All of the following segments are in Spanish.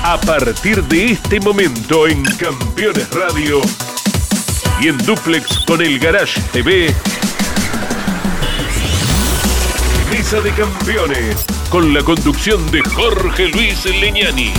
A partir de este momento en Campeones Radio y en Duplex con el Garage TV, Mesa de Campeones, con la conducción de Jorge Luis Leñani.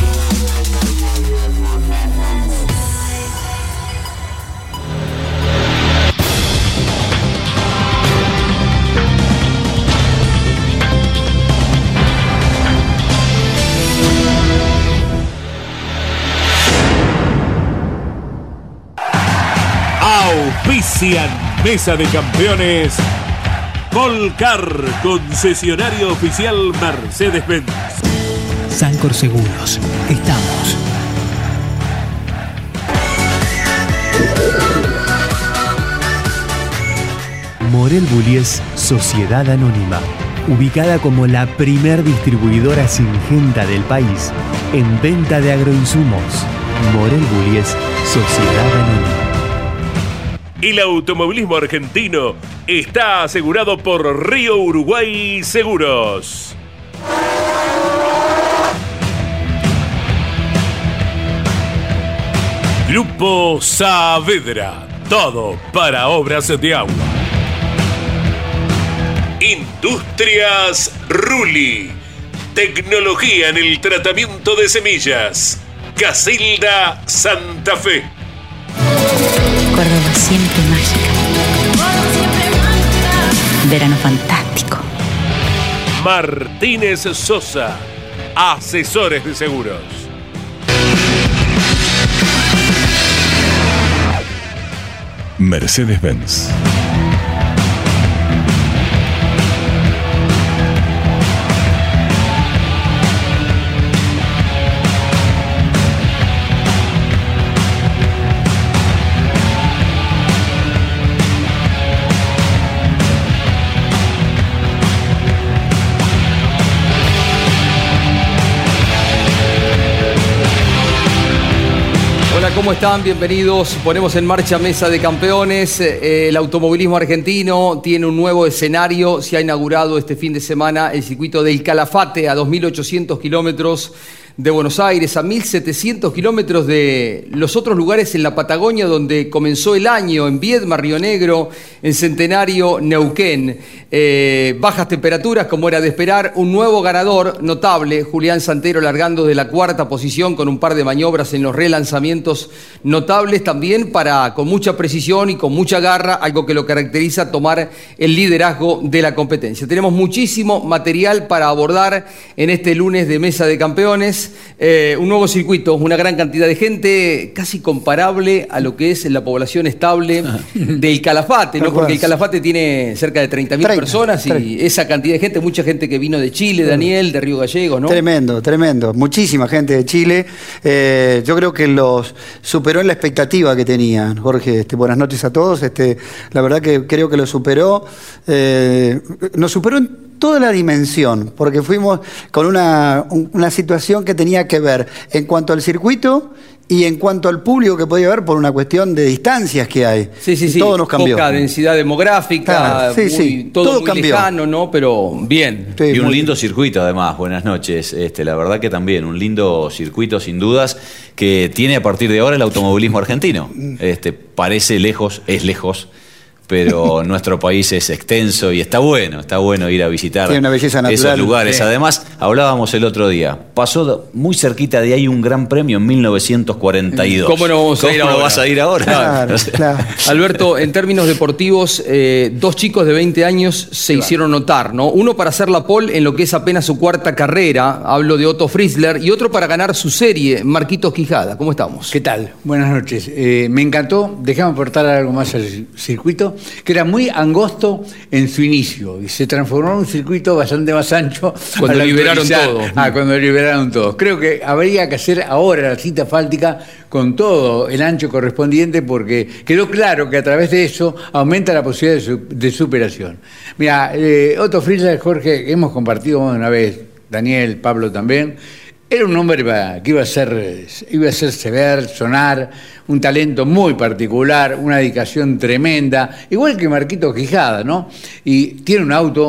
Auspician Mesa de Campeones Volcar, concesionario oficial Mercedes-Benz. Sancor Seguros, estamos. Morel Bullies Sociedad Anónima, ubicada como la primer distribuidora singenta del país en venta de agroinsumos. Morel Bullies Sociedad Anónima. El automovilismo argentino está asegurado por Río Uruguay Seguros. Grupo Saavedra, todo para obras de agua. Industrias Ruli, tecnología en el tratamiento de semillas. Casilda Santa Fe. Córdoba siempre mágica. Verano fantástico. Martínez Sosa, asesores de seguros. Mercedes-Benz. ¿Cómo están? Bienvenidos. Ponemos en marcha Mesa de Campeones. El automovilismo argentino tiene un nuevo escenario. Se ha inaugurado este fin de semana el circuito del Calafate a 2.800 kilómetros de Buenos Aires, a 1.700 kilómetros de los otros lugares en la Patagonia donde comenzó el año, en Viedma, Río Negro, en Centenario, Neuquén. Bajas temperaturas, como era de esperar. Un nuevo ganador notable, Julián Santero, largando de la cuarta posición con un par de maniobras en los relanzamientos notables, también con mucha precisión y con mucha garra, algo que lo caracteriza, tomar el liderazgo de la competencia. Tenemos muchísimo material para abordar en este lunes de Mesa de Campeones. Un nuevo circuito, una gran cantidad de gente, casi comparable a lo que es la población estable del Calafate, ¿no? Porque el Calafate tiene cerca de 30.000 personas y esa cantidad de gente, mucha gente que vino de Chile, Daniel, de Río Gallegos, ¿no? Tremendo, tremendo. Muchísima gente de Chile. Yo creo que los superó en la expectativa que tenían. Jorge, buenas noches a todos. La verdad que creo que lo superó. Nos superó en toda la dimensión, porque fuimos con una situación que tenía que ver en cuanto al circuito y en cuanto al público que podía haber por una cuestión de distancias que hay. Sí. Todo nos cambió. Poca densidad demográfica, claro, todo muy cambió. lejano, ¿no? Pero bien. Sí, y un lindo circuito además, buenas noches. La verdad que también un lindo circuito sin dudas que tiene a partir de ahora el automovilismo argentino. Parece lejos, es lejos, pero nuestro país es extenso y está bueno ir a visitar una belleza natural, esos lugares. Sí. Además, hablábamos el otro día, pasó muy cerquita de ahí un gran premio en 1942. ¿Cómo no vamos a ir ahora? vas a ir ahora? Claro. Alberto, en términos deportivos, dos chicos de 20 años se hicieron notar, ¿no? Uno para hacer la pole en lo que es apenas su cuarta carrera, hablo de Otto Frizzler, y otro para ganar su serie, Marquitos Quijada. ¿Cómo estamos? ¿Qué tal? Buenas noches. Me encantó, déjame aportar algo más al circuito, que era muy angosto en su inicio y se transformó en un circuito bastante más ancho cuando liberaron todo. Cuando liberaron todo. Creo que habría que hacer ahora la cinta asfáltica con todo el ancho correspondiente, porque quedó claro que a través de eso aumenta la posibilidad de superación. Mira, Otto Frizzler, Jorge, hemos compartido más de una vez, Daniel, Pablo también. Era un hombre que iba a hacerse ver, sonar, un talento muy particular, una dedicación tremenda, igual que Marquito Quijada, ¿no? Y tiene un auto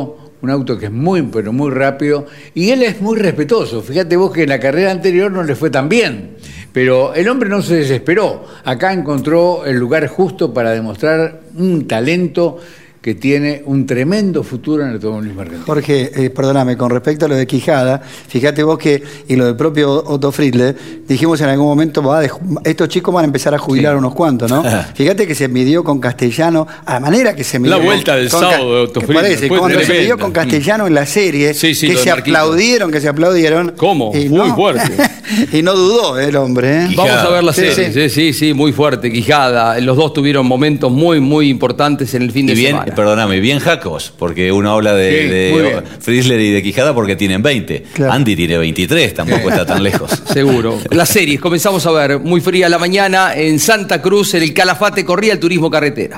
un auto que es muy, pero muy rápido, y él es muy respetuoso. Fíjate vos que en la carrera anterior no le fue tan bien, pero el hombre no se desesperó. Acá encontró el lugar justo para demostrar un talento que tiene un tremendo futuro en el automovilismo argentino. Jorge, perdóname, con respecto a lo de Quijada, fíjate vos que, y lo del propio Otto Friedle, dijimos en algún momento, estos chicos van a empezar a jubilar unos cuantos, ¿no? Fíjate que se midió con Castellano, a la manera que se midió. La vuelta del sábado de Otto Friedle. Parece, cuando se midió con Castellano en la serie, que se aplaudieron. ¿Cómo? Y muy fuerte. Y no dudó el hombre. Vamos a ver la serie. Sí, muy fuerte, Quijada. Los dos tuvieron momentos muy, muy importantes en el fin de semana. Perdóname, bien Jacos, porque uno habla de Friedler y de Quijada porque tienen 20. Claro. Andy tiene 23, tampoco está tan lejos. Seguro. Las series, comenzamos a ver, muy fría la mañana, en Santa Cruz, en el Calafate, corría el turismo carretera.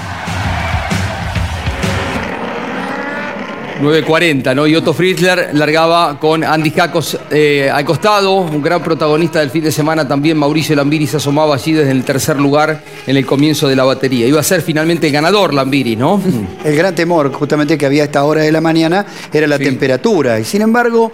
9:40, ¿no? Y Otto Friedler largaba con Andy Jacos al costado, un gran protagonista del fin de semana también. Mauricio Lambiris se asomaba allí desde el tercer lugar en el comienzo de la batería. Iba a ser finalmente el ganador Lambiris, ¿no? El gran temor justamente que había a esta hora de la mañana era la temperatura, y sin embargo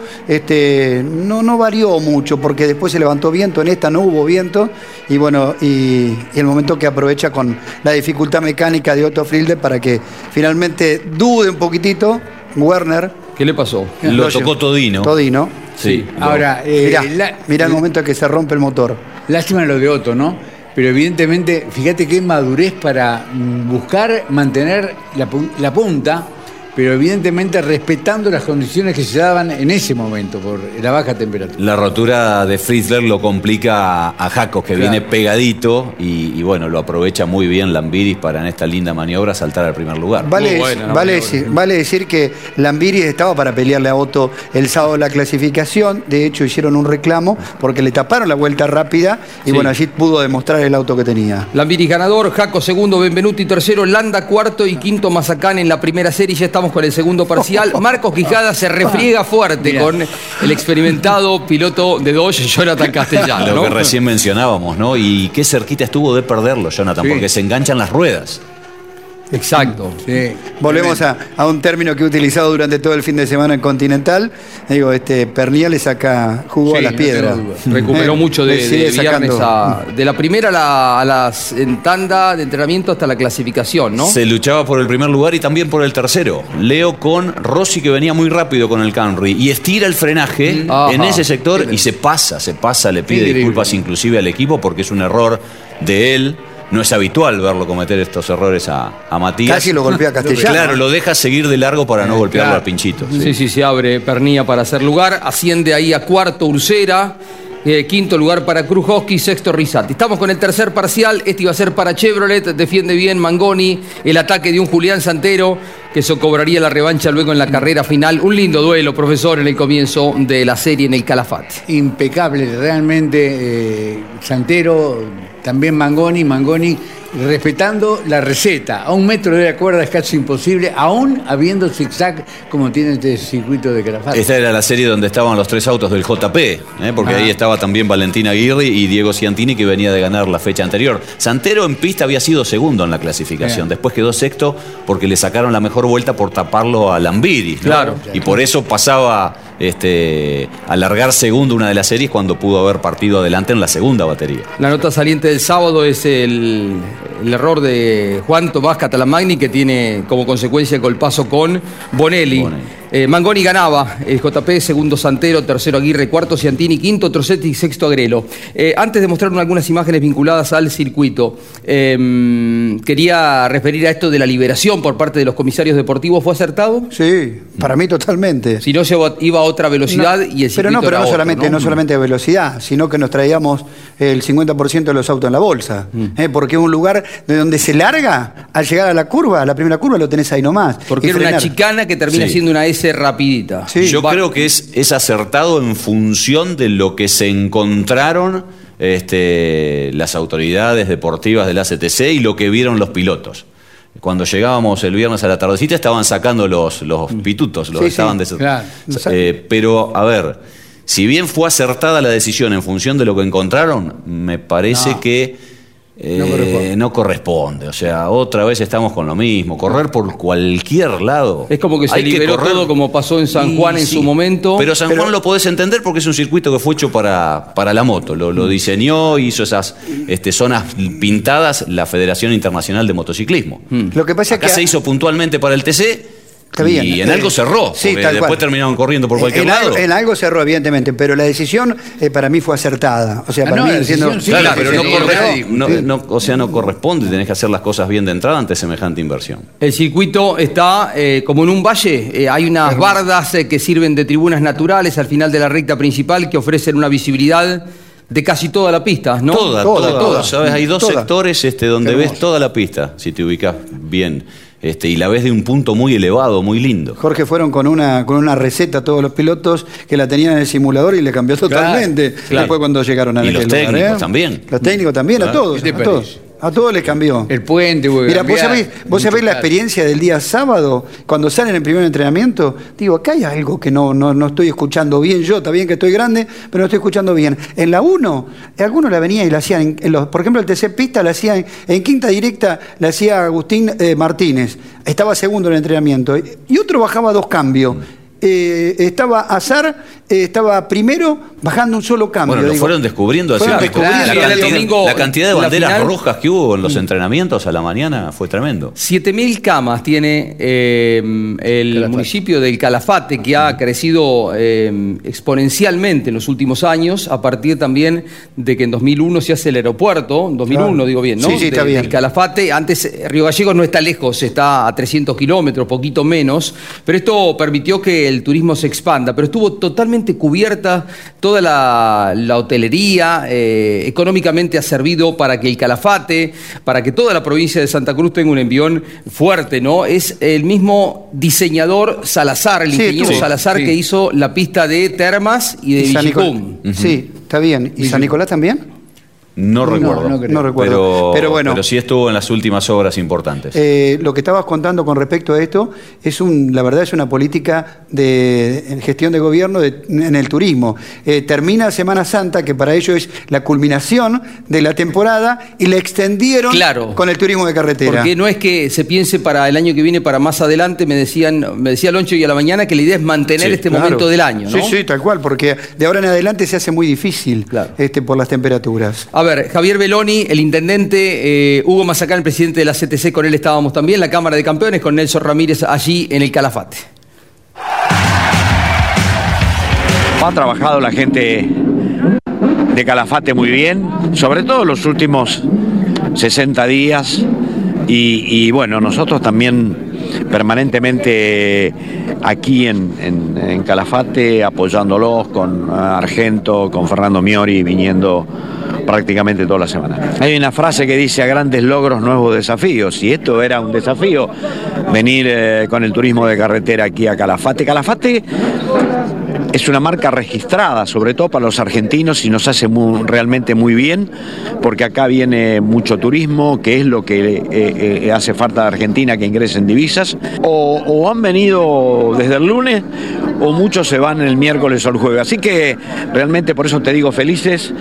no varió mucho, porque después se levantó viento, en esta no hubo viento, y bueno, y el momento que aprovecha con la dificultad mecánica de Otto Friedler para que finalmente dude un poquitito Werner. ¿Qué le pasó? Lo tocó Todino. Todino. Sí. Ahora, mirá el momento en que se rompe el motor. Lástima lo de Otto, ¿no? Pero evidentemente, fíjate qué madurez para buscar mantener la punta, pero evidentemente respetando las condiciones que se daban en ese momento por la baja temperatura. La rotura de Friedler lo complica a Jacos, que viene pegadito, y bueno, lo aprovecha muy bien Lambiris para en esta linda maniobra saltar al primer lugar. Vale decir que Lambiris estaba para pelearle a Otto el sábado de la clasificación. De hecho, hicieron un reclamo porque le taparon la vuelta rápida y bueno, allí pudo demostrar el auto que tenía. Lambiris ganador, Jacos segundo, Benvenuti tercero, Landa cuarto y quinto Mazacán en la primera serie. Ya estamos con el segundo parcial. Marcos Quijada se refriega fuerte con el experimentado piloto de Dodge, Jonathan Castellano. Lo que recién mencionábamos, ¿no? Y qué cerquita estuvo de perderlo, Jonathan, porque se enganchan las ruedas. Exacto. Sí. Volvemos a un término que he utilizado durante todo el fin de semana en Continental. Digo, Pernía le saca jugo a las piedras. Recuperó mucho de viernes de la primera a la tanda de entrenamiento hasta la clasificación, ¿no? Se luchaba por el primer lugar y también por el tercero. Leo con Rossi, que venía muy rápido con el Camry, y estira el frenaje en ese sector y se pasa, le pide disculpas inclusive al equipo porque es un error de él. No es habitual verlo cometer estos errores a Matías. Casi lo golpea a Castellano. Claro, lo deja seguir de largo para no golpearlo al pinchito. Sí, se abre Pernía para hacer lugar. Asciende ahí a cuarto Ursera. Quinto lugar para Krujowski, sexto Rizzati. Estamos con el tercer parcial. Este iba a ser para Chevrolet. Defiende bien Mangoni. El ataque de un Julián Santero que cobraría la revancha luego en la carrera final. Un lindo duelo, profesor, en el comienzo de la serie en el Calafate. Impecable, realmente. Santero, también Mangoni respetando la receta. A 1 metro de la cuerda es casi imposible, aún habiendo zigzag como tiene este circuito de Calafate. Esta era la serie donde estaban los 3 autos del JP, porque ahí estaba también Valentín Aguirre y Diego Ciantini, que venía de ganar la fecha anterior. Santero en pista había sido segundo en la clasificación, después quedó sexto porque le sacaron la mejor vuelta por taparlo a Lambiris, ¿no? Claro. Y por eso pasaba a largar segundo una de las series cuando pudo haber partido adelante en la segunda batería. La nota saliente del sábado es el error de Juan Tomás Catalamagni, que tiene como consecuencia el golpazo con Bonelli. Mangoni ganaba, JP, segundo Santero, tercero Aguirre, cuarto Ciantini, quinto Trosetti y sexto Agrelo. Antes de mostrar algunas imágenes vinculadas al circuito, quería referir a esto de la liberación por parte de los comisarios deportivos. ¿Fue acertado? Sí, para mí totalmente. Si no, se iba a otra velocidad y el circuito pero no otro, solamente de velocidad, sino que nos traíamos el 50% de los autos en la bolsa. Porque es un lugar de donde se larga al llegar a la curva, a la primera curva lo tenés ahí nomás. Porque era una chicana que termina siendo una S rapidita. Sí. Yo creo que es acertado en función de lo que se encontraron las autoridades deportivas de la CTC y lo que vieron los pilotos. Cuando llegábamos el viernes a la tardecita estaban sacando los pitutos, estaban claro. Pero, a ver, si bien fue acertada la decisión en función de lo que encontraron, me parece que no corresponde. O sea, otra vez estamos con lo mismo. Correr por cualquier lado. Es como que se liberó todo como pasó en San Juan en su momento. Pero San Juan lo podés entender porque es un circuito que fue hecho para la moto. Lo diseñó, hizo esas zonas pintadas la Federación Internacional de Motociclismo. Lo que pasa Acá es que se hizo puntualmente para el TC. Está bien. Y en algo cerró, sí, porque después terminaron corriendo por cualquier lado. En algo cerró, evidentemente, pero la decisión para mí fue acertada. O sea, para mí diciendo, claro, pero no corresponde, tenés que hacer las cosas bien de entrada ante semejante inversión. El circuito está como en un valle, hay unas bardas que sirven de tribunas naturales al final de la recta principal que ofrecen una visibilidad de casi toda la pista, ¿no? Toda. ¿Sabes? Hay dos sectores donde ves toda la pista, si te ubicás bien. Y la ves de un punto muy elevado, muy lindo. Jorge, fueron con una receta todos los pilotos que la tenían en el simulador y le cambió totalmente. Claro. Después cuando llegaron a aquel lugar. Y los técnicos también. Los técnicos también, a todos. A todos les cambió. El puente, mira, vos sabés la experiencia del día sábado, cuando salen en el primer entrenamiento, digo, acá hay algo que no estoy escuchando bien yo, está bien que estoy grande, pero no estoy escuchando bien. En la 1, algunos la venían y la hacían, por ejemplo, el TC Pista la hacían, en quinta directa la hacía Agustín Martínez, estaba segundo en el entrenamiento, y otro bajaba 2 cambios. Estaba Azar, estaba primero bajando un solo cambio. Bueno, lo fueron descubriendo así. La cantidad de banderas rojas que hubo en los entrenamientos a la mañana fue tremendo. 7.000 camas tiene el municipio del Calafate, que ha crecido exponencialmente en los últimos años, a partir también de que en 2001 se hace el aeropuerto, 2001 digo bien, ¿no? Sí, está bien. Del Calafate. Antes Río Gallegos no está lejos, está a 300 kilómetros, poquito menos, pero esto permitió que el turismo se expanda, pero estuvo totalmente cubierta toda la hotelería, económicamente ha servido para que el Calafate, para que toda la provincia de Santa Cruz tenga un envión fuerte, ¿no? Es el mismo diseñador Salazar, el ingeniero Salazar, que hizo la pista de Termas y de Villicum. Sí, está bien. ¿Y San Nicolás también? No recuerdo. No recuerdo. Pero bueno. Pero sí estuvo en las últimas obras importantes. Lo que estabas contando con respecto a esto la verdad es una política de gestión de gobierno en el turismo. Termina Semana Santa, que para ellos es la culminación de la temporada, y la extendieron con el turismo de carretera. Porque no es que se piense para el año que viene, para más adelante, me decía Loncho y a la mañana que la idea es mantener momento del año, ¿no? Sí, tal cual, porque de ahora en adelante se hace muy difícil por las temperaturas. A ver, Javier Belloni, el intendente, Hugo Mazacán, el presidente de la CTC, con él estábamos también, la Cámara de Campeones, con Nelson Ramírez allí en el Calafate. Ha trabajado la gente de Calafate muy bien, sobre todo los últimos 60 días, y bueno, nosotros también permanentemente aquí en Calafate, apoyándolos con Argento, con Fernando Miori, viniendo prácticamente toda la semana. Hay una frase que dice: a grandes logros, nuevos desafíos, y esto era un desafío, venir con el turismo de carretera aquí a Calafate. Calafate es una marca registrada, sobre todo para los argentinos, y nos hace realmente muy bien, porque acá viene mucho turismo, que es lo que hace falta a Argentina, que ingresen divisas, o han venido desde el lunes, o muchos se van el miércoles o el jueves. Así que realmente por eso te digo felices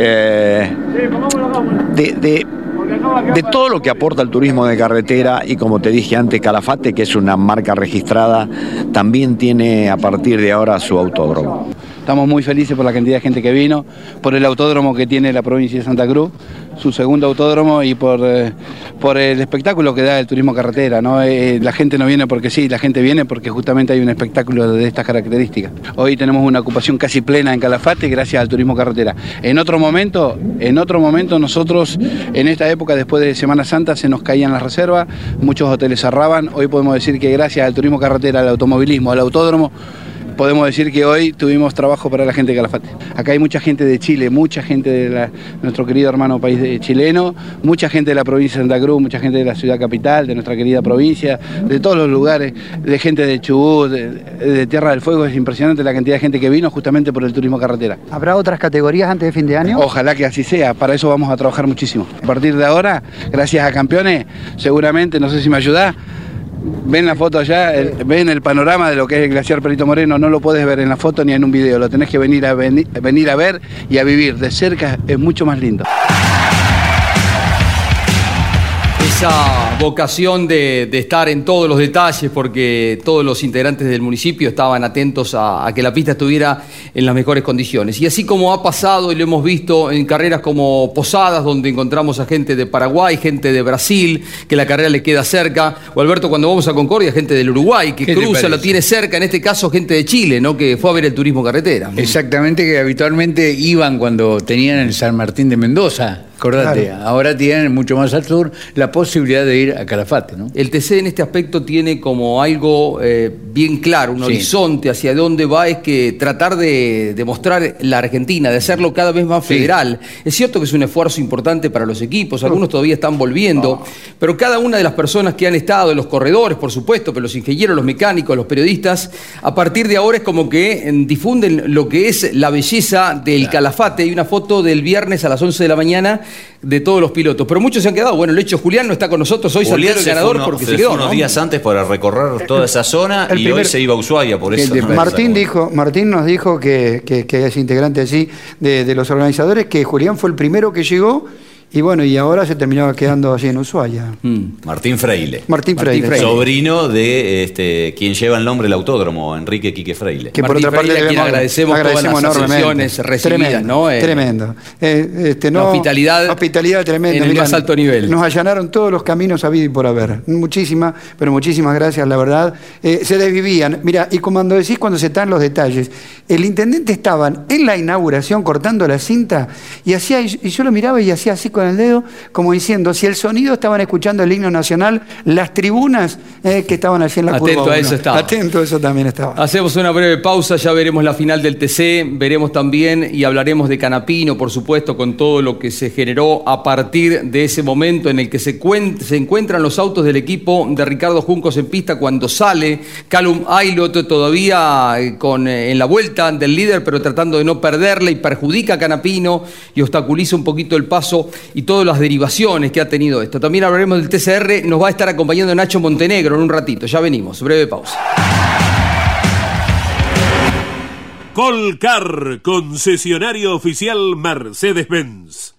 de todo lo que aporta el turismo de carretera, y como te dije antes, Calafate, que es una marca registrada, también tiene a partir de ahora su autódromo. Estamos muy felices por la cantidad de gente que vino, por el autódromo que tiene la provincia de Santa Cruz, su segundo autódromo, y por el espectáculo que da el turismo carretera, ¿no? La gente no viene porque sí, la gente viene porque justamente hay un espectáculo de estas características. Hoy tenemos una ocupación casi plena en Calafate gracias al turismo carretera. En otro momento nosotros, en esta época después de Semana Santa, se nos caían las reservas, muchos hoteles cerraban. Hoy podemos decir que gracias al turismo carretera, al automovilismo, al autódromo, podemos decir que hoy tuvimos trabajo para la gente de Calafate. Acá hay mucha gente de Chile, mucha gente de nuestro querido hermano país chileno, mucha gente de la provincia de Santa Cruz, mucha gente de la ciudad capital, de nuestra querida provincia, de todos los lugares, de gente de Chubut, de Tierra del Fuego. Es impresionante la cantidad de gente que vino justamente por el turismo carretera. ¿Habrá otras categorías antes de fin de año? Ojalá que así sea, para eso vamos a trabajar muchísimo. A partir de ahora, gracias a Campeones, seguramente, no sé si me ayudás, ven la foto allá, ven el panorama de lo que es el glaciar Perito Moreno. No lo puedes ver en la foto ni en un video, lo tenés que venir a ver y a vivir de cerca, es mucho más lindo. esa vocación de estar en todos los detalles, porque todos los integrantes del municipio estaban atentos a que la pista estuviera en las mejores condiciones. Y así como ha pasado y lo hemos visto en carreras como Posadas, donde encontramos a gente de Paraguay, gente de Brasil, que la carrera le queda cerca, o Alberto, cuando vamos a Concordia, gente del Uruguay, que cruza, lo tiene cerca, en este caso gente de Chile, ¿no? Que fue a ver el turismo carretera. Exactamente, que habitualmente iban cuando tenían el San Martín de Mendoza. Acordate, claro. Ahora tienen mucho más al sur la posibilidad de ir a Calafate, ¿no? El TC en este aspecto tiene como algo bien claro, un horizonte hacia dónde va, es que tratar de mostrar la Argentina, de hacerlo cada vez más federal. Es cierto que es un esfuerzo importante para los equipos, algunos todavía están volviendo, pero cada una de las personas que han estado, los corredores, por supuesto, pero los ingenieros, los mecánicos, los periodistas, a partir de ahora es como que difunden lo que es la belleza del Calafate. Hay una foto del viernes a las 11 de la mañana de todos los pilotos, pero muchos se han quedado. Bueno, el hecho, Julián no está con nosotros hoy, Julián el ganador porque se quedó, unos días antes para recorrer toda esa zona y hoy se iba a Ushuaia, por eso. Martín nos dijo que es integrante así de los organizadores, que Julián fue el primero que llegó. Y bueno, y ahora se terminaba quedando allí en Ushuaia. Martín Freile. Martín Freile. Sobrino de quien lleva el nombre del autódromo, Enrique Quique Freile. Que por otra parte le agradecemos todas las atenciones recibidas, tremendo, ¿no? Tremendo. Hospitalidad tremenda. En el más alto nivel. Nos allanaron todos los caminos habidos y por haber. Muchísimas gracias, la verdad. Se desvivían. Mira, y cuando decís cuando se están los detalles, el intendente estaba en la inauguración cortando la cinta y yo lo miraba y hacía así con el dedo, como diciendo, si el sonido estaban escuchando el himno nacional, las tribunas que estaban allí en la curva 1. Atento a eso estaba. Atento a eso también estaba. Hacemos una breve pausa, ya veremos la final del TC, veremos también y hablaremos de Canapino, por supuesto, con todo lo que se generó a partir de ese momento en el que se encuentran los autos del equipo de Ricardo Juncos en pista cuando sale Callum Aylott todavía en la vuelta del líder, pero tratando de no perderla, y perjudica a Canapino y obstaculiza un poquito el paso y todas las derivaciones que ha tenido esto. También hablaremos del TCR, nos va a estar acompañando Nacho Montenegro en un ratito, ya venimos, breve pausa. Colcar, concesionario oficial Mercedes-Benz.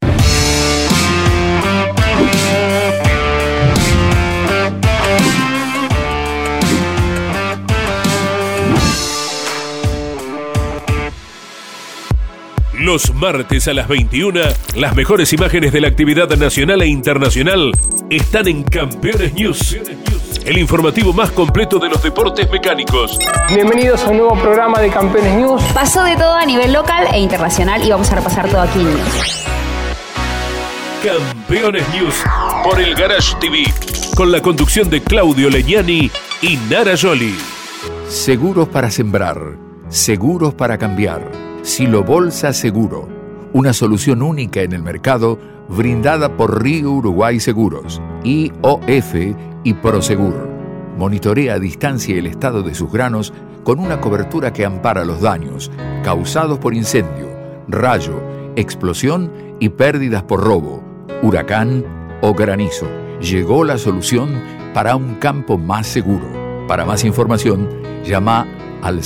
Los martes a las 21, las mejores imágenes de la actividad nacional e internacional están en Campeones News, el informativo más completo de los deportes mecánicos. Bienvenidos a un nuevo programa de Campeones News. Pasó de todo a nivel local e internacional y vamos a repasar todo aquí en News. Campeones News por el Garage TV, con la conducción de Claudio Legnani y Nara Joli. Seguros para sembrar, seguros para cambiar. Silo Bolsa Seguro, una solución única en el mercado brindada por Río Uruguay Seguros, IOF y Prosegur. Monitorea a distancia el estado de sus granos con una cobertura que ampara los daños causados por incendio, rayo, explosión y pérdidas por robo, huracán o granizo. Llegó la solución para un campo más seguro. Para más información, llama al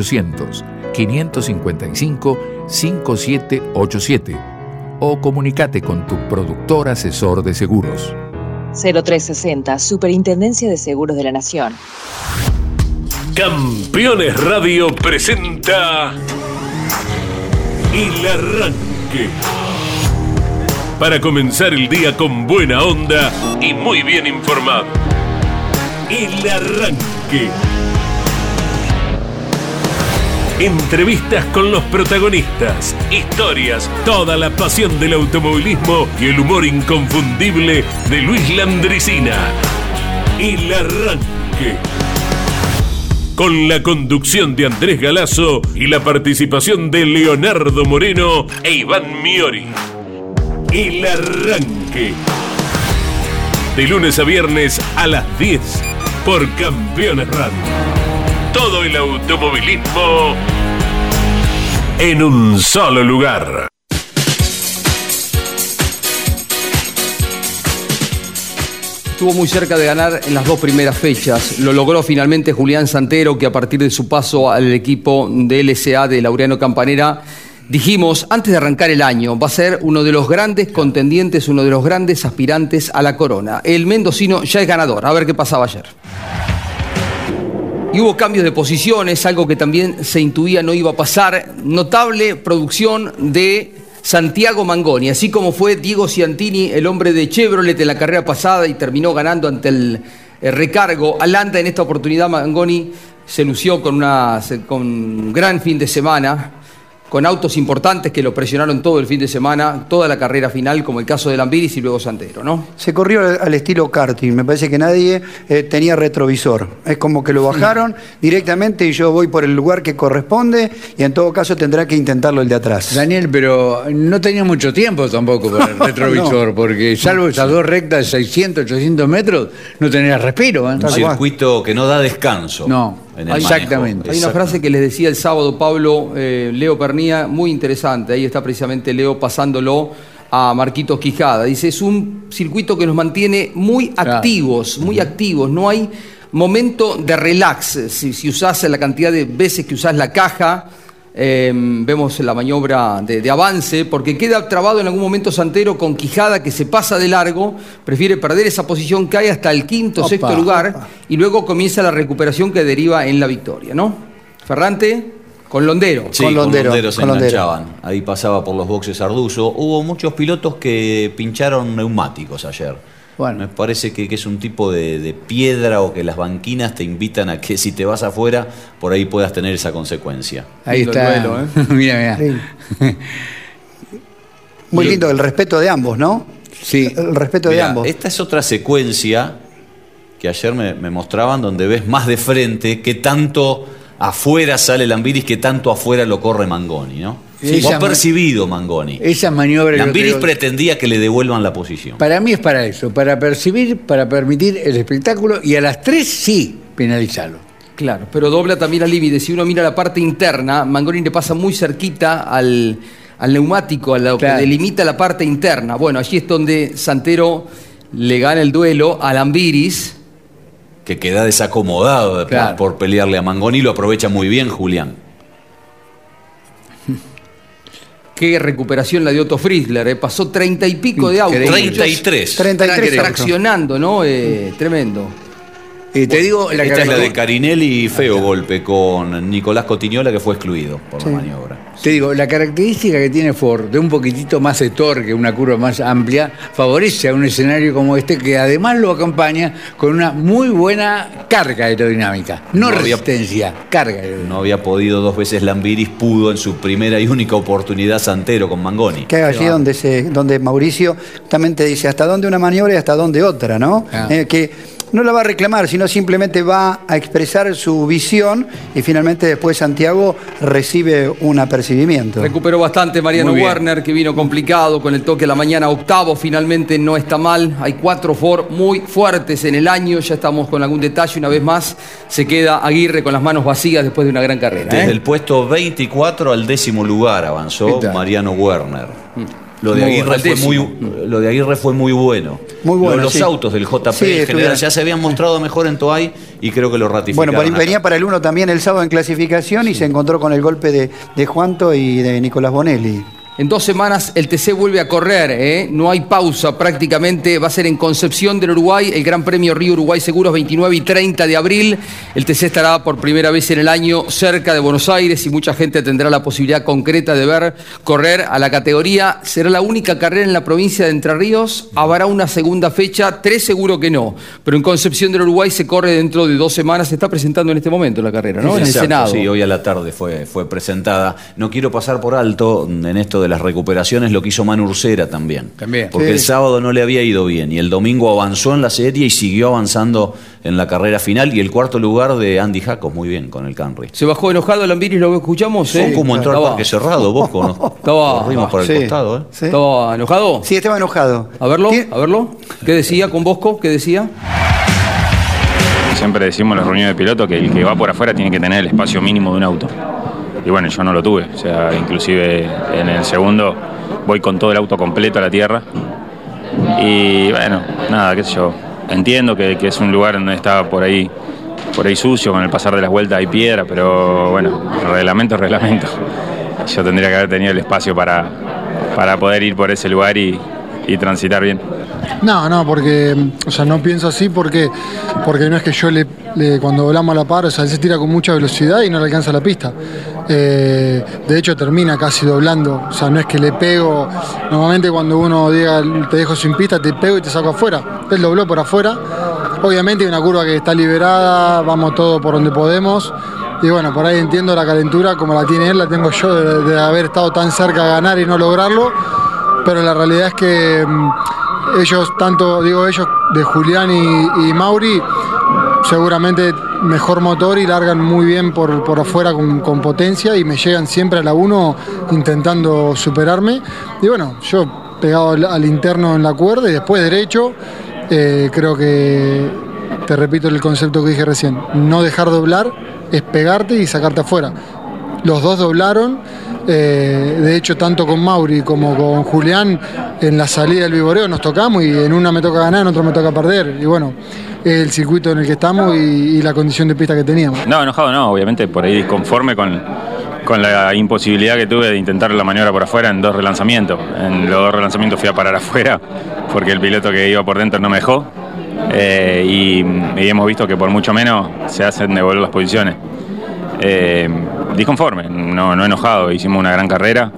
0800-555-5787 o comunícate con tu productor asesor de seguros. 0360, Superintendencia de Seguros de la Nación. Campeones Radio presenta El Arranque. Para comenzar el día con buena onda y muy bien informado. El Arranque. Entrevistas con los protagonistas, historias, toda la pasión del automovilismo y el humor inconfundible de Luis Landricina. El Arranque. Con la conducción de Andrés Galazo y la participación de Leonardo Moreno e Iván Miori. El Arranque. De lunes a viernes a las 10 por Campeones Radio. Todo el automovilismo en un solo lugar. Estuvo muy cerca de ganar en las dos primeras fechas. Lo logró finalmente Julián Santero, que a partir de su paso al equipo de LSA de Laureano Campanera Dijimos, antes de arrancar el año, va a ser uno de los grandes contendientes, uno de los grandes aspirantes a la corona. El mendocino ya es ganador. A ver qué pasaba ayer. Y hubo cambios de posiciones, algo que también se intuía no iba a pasar. Notable producción de Santiago Mangoni, así como fue Diego Ciantini, el hombre de Chevrolet en la carrera pasada y terminó ganando ante el recargo a Landa. En esta oportunidad Mangoni se lució con un gran fin de semana, con autos importantes que lo presionaron todo el fin de semana, toda la carrera final, como el caso de Lambiris y luego Santero, ¿no? Se corrió al estilo karting, me parece que nadie tenía retrovisor. Es como que lo bajaron directamente y yo voy por el lugar que corresponde y en todo caso tendrá que intentarlo el de atrás. Daniel, pero no tenía mucho tiempo tampoco para el retrovisor, porque salvo esas dos rectas de 600, 800 metros, no tenía respiro. Un circuito que no da descanso. No. Exactamente. Hay una frase que les decía el sábado Pablo Leo Pernía, muy interesante. Ahí está precisamente Leo pasándolo a Marquitos Quijada. Dice, es un circuito que nos mantiene muy activos, muy activos. No hay momento de relax. Si usás la cantidad de veces que usás la caja, vemos la maniobra de avance, porque queda trabado en algún momento Santero con Quijada, que se pasa de largo, prefiere perder esa posición, cae hasta el quinto, sexto lugar, y luego comienza la recuperación que deriva en la victoria, ¿no? Ferrante con Londero. Sí, con Londero se enganchaban. Ahí pasaba por los boxes Arduzo. Hubo muchos pilotos que pincharon neumáticos ayer. Bueno, me parece que es un tipo de piedra, o que las banquinas te invitan a que si te vas afuera, por ahí puedas tener esa consecuencia. Ahí está. El duelo, mira. Sí. Muy lindo el respeto de ambos, ¿no? Sí. El respeto de ambos. Esta es otra secuencia que ayer me mostraban, donde ves más de frente qué tanto afuera sale Lambiris, qué tanto afuera lo corre Mangoni, ¿no? Sí, lo ha percibido Mangoni. Esa maniobra. Lambiris pretendía que le devuelvan la posición. Para mí es para eso, para percibir, para permitir el espectáculo, y a las 3 sí penalizarlo. Claro, pero dobla también al límite. Si uno mira la parte interna, Mangoni le pasa muy cerquita al neumático, a lo que delimita la parte interna. Bueno, allí es donde Santero le gana el duelo a Lambiris, que queda desacomodado por pelearle a Mangoni, y lo aprovecha muy bien Julián. Qué recuperación la de Otto Frizzler, pasó 30 y pico de autos. 33 traccionando, ¿no? Tremendo. Te digo, esta es la de Carinelli y feo golpe con Nicolás Cotignola, que fue excluido por la maniobra. Te digo, la característica que tiene Ford de un poquitito más de torque, una curva más amplia, favorece a un escenario como este, que además lo acompaña con una muy buena carga aerodinámica. No resistencia, carga aerodinámica. No había podido 2 veces Lambiris, pudo en su primera y única oportunidad Santero con Mangoni. Que allí donde Mauricio justamente dice hasta dónde una maniobra y hasta dónde otra, ¿no? Que no la va a reclamar, sino simplemente va a expresar su visión, y finalmente después Santiago recibe un apercibimiento. Recuperó bastante Mariano Werner, que vino complicado con el toque a la mañana, octavo, finalmente no está mal. Hay 4 Ford muy fuertes en el año, ya estamos con algún detalle. Una vez más se queda Aguirre con las manos vacías después de una gran carrera. Desde el puesto 24 al 10º lugar avanzó Mariano Werner. Lo de Aguirre fue muy bueno. Muy bueno. Los autos del JP en general ya se habían mostrado mejor en Toay, y creo que lo ratificaron. Bueno, venía para el 1 también el sábado en clasificación, y se encontró con el golpe de Juanto y de Nicolás Bonelli. En 2 semanas el TC vuelve a correr, no hay pausa prácticamente. Va a ser en Concepción del Uruguay, el Gran Premio Río Uruguay Seguros, 29 y 30 de abril. El TC estará por primera vez en el año cerca de Buenos Aires, y mucha gente tendrá la posibilidad concreta de ver correr a la categoría. Será la única carrera en la provincia de Entre Ríos. Habrá una segunda fecha, 3 seguro que no, pero en Concepción del Uruguay se corre dentro de 2 semanas. Se está presentando en este momento la carrera, ¿no? En el Senado. Sí, hoy a la tarde fue presentada. No quiero pasar por alto en esto de las recuperaciones lo que hizo Manu Ursera también. Porque el sábado no le había ido bien, y el domingo avanzó en la serie y siguió avanzando en la carrera final, y el 4º lugar de Andy Jacos, muy bien con el Camry. Se bajó enojado Lambiris, lo escuchamos. Como entró al parque cerrado, Bosco, ¿no? Corrimos por el costado. ¿Estaba enojado? Sí, estaba enojado. A verlo. ¿Qué decía con Bosco? ¿Qué decía? Siempre decimos en las reuniones de piloto que el que va por afuera tiene que tener el espacio mínimo de un auto. Y bueno, yo no lo tuve. O sea, inclusive en el segundo voy con todo el auto completo a la tierra. Y bueno, nada, qué sé yo. Entiendo que es un lugar donde está por ahí sucio, con el pasar de las vueltas hay piedra, pero bueno, el reglamento es reglamento. yo tendría que haber tenido el espacio para poder ir por ese lugar y transitar bien. No, porque, o sea, no pienso así porque no es que yo cuando volamos a la par, o sea, él se tira con mucha velocidad y no le alcanza la pista. De hecho, termina casi doblando, o sea, no es que le pego. Normalmente cuando uno diga te dejo sin pista, te pego y te saco afuera. Él dobló por afuera. Obviamente hay una curva que está liberada, vamos todo por donde podemos. Y bueno, por ahí entiendo la calentura como la tiene él, la tengo yo de haber estado tan cerca a ganar y no lograrlo. Pero la realidad es que ellos, ellos de Julián y Mauri, seguramente mejor motor y largan muy bien por afuera con potencia y me llegan siempre a la 1 intentando superarme. Y bueno, yo pegado al interno en la cuerda y después derecho, creo que, te repito el concepto que dije recién, no dejar doblar es pegarte y sacarte afuera. Los dos doblaron, de hecho tanto con Mauri como con Julián en la salida del viboreo nos tocamos y en una me toca ganar, en otra me toca perder y bueno, es el circuito en el que estamos y la condición de pista que teníamos. No, enojado no, obviamente por ahí disconforme con la imposibilidad que tuve de intentar la maniobra por afuera en 2 relanzamientos. En los 2 relanzamientos fui a parar afuera porque el piloto que iba por dentro no me dejó y hemos visto que por mucho menos se hacen devolver las posiciones. Disconforme, no enojado, hicimos una gran carrera,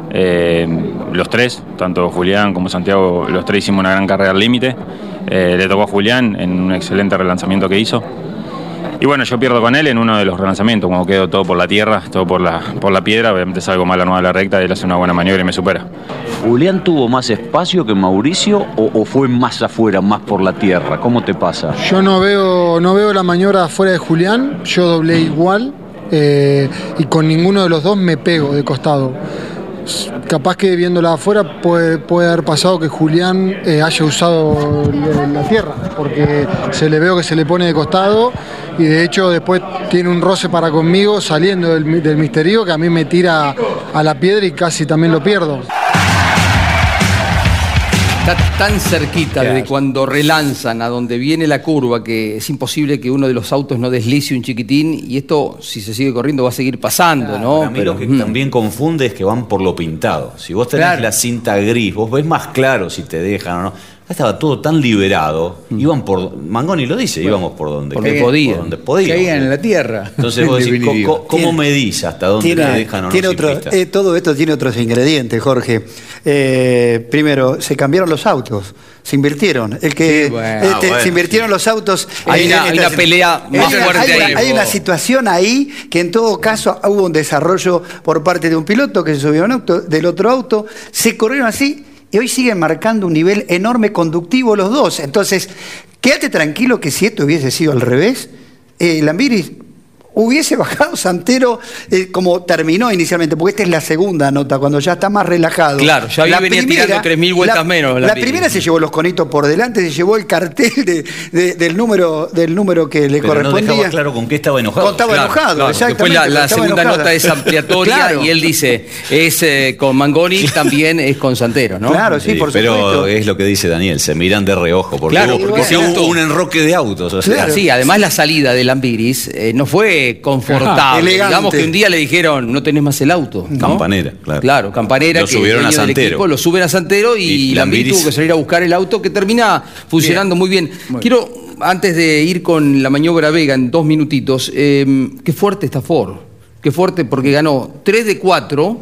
los 3, tanto Julián como Santiago, los 3 hicimos una gran carrera al límite, le tocó a Julián en un excelente relanzamiento que hizo, y bueno, yo pierdo con él en uno de los relanzamientos, como quedo todo por la tierra, todo por la piedra, obviamente salgo mal armado de la recta, y él hace una buena maniobra y me supera. ¿Julián tuvo más espacio que Mauricio o fue más afuera, más por la tierra? ¿Cómo te pasa? Yo no veo la maniobra afuera de Julián, yo doblé igual. Y con ninguno de los dos me pego de costado. Capaz que viéndola afuera puede haber pasado que Julián haya usado la tierra, porque veo que se le pone de costado y de hecho después tiene un roce para conmigo saliendo del misterio que a mí me tira a la piedra y casi también lo pierdo. Está tan cerquita de cuando relanzan a donde viene la curva que es imposible que uno de los autos no deslice un chiquitín y esto, si se sigue corriendo, va a seguir pasando, ¿no? Para mí lo que también confunde es que van por lo pintado. Si vos tenés la cinta gris, vos ves más claro si te dejan o no. Estaba todo tan liberado, iban por, Mangoni lo dice, íbamos por donde podían. Caían en la tierra. Entonces vos decís, ¿cómo medís hasta dónde te dejan o no? Todo esto tiene otros ingredientes, Jorge. Primero, se cambiaron los autos, se invirtieron. Se invirtieron los autos. Hay una pelea más fuerte ahí. Hay una situación ahí que en todo caso hubo un desarrollo por parte de un piloto que se subió a un auto, del otro auto, se corrieron así. Y hoy siguen marcando un nivel enorme conductivo los dos. Entonces, quédate tranquilo que si esto hubiese sido al revés, Lambiris hubiese bajado Santero como terminó inicialmente, porque esta es la segunda nota, cuando ya está más relajado. Claro, ya venía tirando 3.000 vueltas menos. La primera se llevó los conitos por delante, se llevó el cartel del número que le correspondía. No dejaba claro con qué estaba enojado. Estaba enojado, exactamente. Después la segunda nota es ampliatoria y él dice, es con Mangoni, también es con Santero, ¿no? Claro, sí, por supuesto. Pero es lo que dice Daniel, se miran de reojo, porque hubo un enroque de autos. O sea. Sí, además la salida de Lambiris no fue confortable. Digamos que un día le dijeron, no tenés más el auto. ¿No? Campanera, claro. Claro, Campanera, lo subieron a Santero. Lo suben a Santero y Lambiris tuvo que salir a buscar el auto que termina funcionando muy bien. Quiero, antes de ir con la maniobra Vega en 2 minutitos, qué fuerte está Ford. Qué fuerte porque ganó 3 de 4.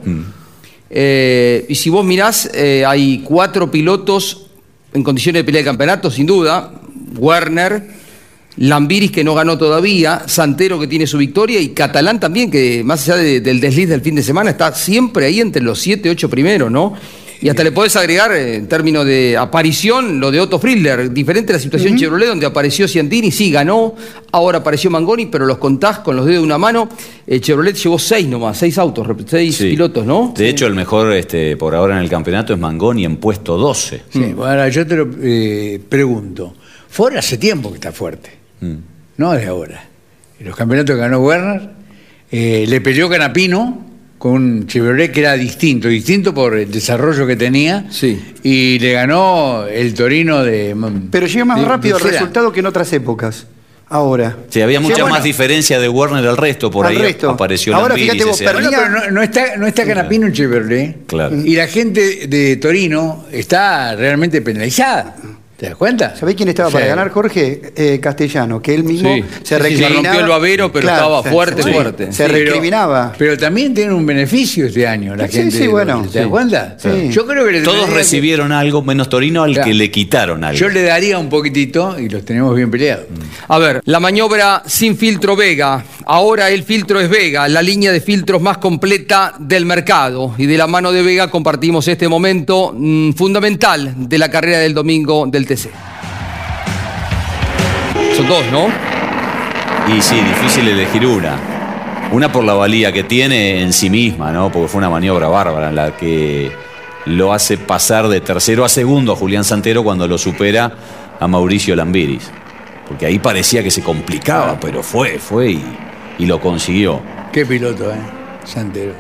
Y si vos mirás, hay 4 pilotos en condiciones de pelea de campeonato, sin duda. Werner, Lambiris, que no ganó todavía, Santero, que tiene su victoria, y Catalán también, que más allá del desliz del fin de semana, está siempre ahí entre los 7, 8 primeros, ¿no? Y hasta le podés agregar, en términos de aparición, lo de Otto Friedler. Diferente la situación Chevrolet, donde apareció Ciantini, sí, ganó, ahora apareció Mangoni, pero los contás con los dedos de una mano. Chevrolet llevó 6 nomás, 6 autos, 6 pilotos, ¿no? De hecho, el mejor por ahora en el campeonato es Mangoni en puesto 12. Sí, bueno, yo te lo pregunto. Ford hace tiempo que está fuerte. No de ahora. En los campeonatos que ganó Werner, le peleó Canapino con un Chevrolet que era distinto por el desarrollo que tenía, y le ganó el Torino de... Pero llega más rápido el resultado que en otras épocas. ahora. Sí, había mucha más diferencia de Werner al resto, por ahí apareció ahora, Lambiris. fíjate vos, pero no está Canapino en Chevrolet. Claro. Y la gente de Torino está realmente penalizada. ¿Te das cuenta? ¿Sabés quién estaba para ganar, Jorge? Castellano, que él mismo se recriminaba. Se rompió el babero, pero estaba fuerte. Se recriminaba. Pero también tiene un beneficio este año la gente. Sí, bueno. ¿Te das cuenta? Sí. Yo creo que todos recibieron algo, menos Torino, al que le quitaron algo. Yo le daría un poquitito y los tenemos bien peleados. A ver, la maniobra sin filtro Vega. Ahora el filtro es Vega, la línea de filtros más completa del mercado. Y de la mano de Vega compartimos este momento fundamental de la carrera del domingo del TC. Son dos, ¿no? Y sí, difícil elegir una. Una por la valía que tiene en sí misma, ¿no? Porque fue una maniobra bárbara en la que lo hace pasar de tercero a segundo a Julián Santero cuando lo supera a Mauricio Lambiris. Porque ahí parecía que se complicaba, pero fue y lo consiguió. Qué piloto, Santero.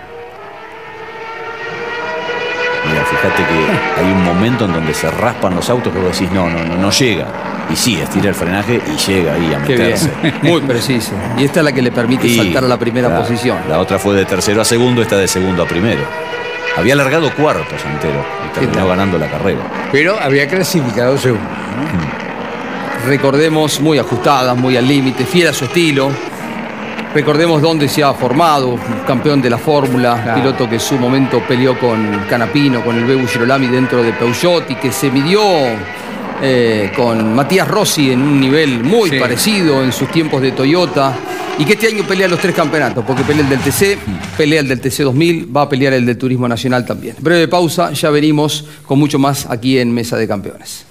Mira, fíjate que hay un momento en donde se raspan los autos que vos decís, no llega. Y sí, estira el frenaje y llega ahí a meterse. Muy preciso. Y esta es la que le permite saltar a la primera posición. La otra fue de tercero a segundo, esta de segundo a primero. Había alargado cuarto Santero y terminó ganando la carrera. Pero había clasificado segundo, ¿no? Recordemos, muy ajustadas, muy al límite, fiel a su estilo. Recordemos dónde se ha formado, campeón de la Fórmula, piloto que en su momento peleó con Canapino, con el Bebu Girolami dentro de Peugeot y que se midió con Matías Rossi en un nivel muy parecido en sus tiempos de Toyota y que este año pelea los 3 campeonatos, porque pelea el del TC, pelea el del TC 2000, va a pelear el del Turismo Nacional también. Breve pausa, ya venimos con mucho más aquí en Mesa de Campeones.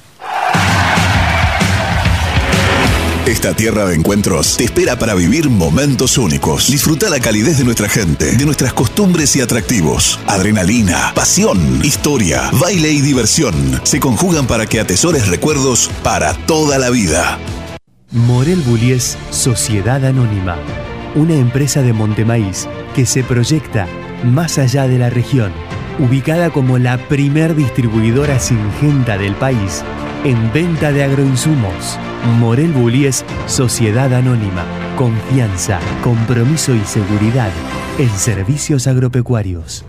Esta tierra de encuentros te espera para vivir momentos únicos. Disfruta la calidez de nuestra gente, de nuestras costumbres y atractivos. Adrenalina, pasión, historia, baile y diversión se conjugan para que atesores recuerdos para toda la vida. Morel Bullies Sociedad Anónima, una empresa de Montemaíz que se proyecta más allá de la región, ubicada como la primer distribuidora singenta del país en venta de agroinsumos. Morel Bullies Sociedad Anónima. Confianza, compromiso y seguridad en servicios agropecuarios.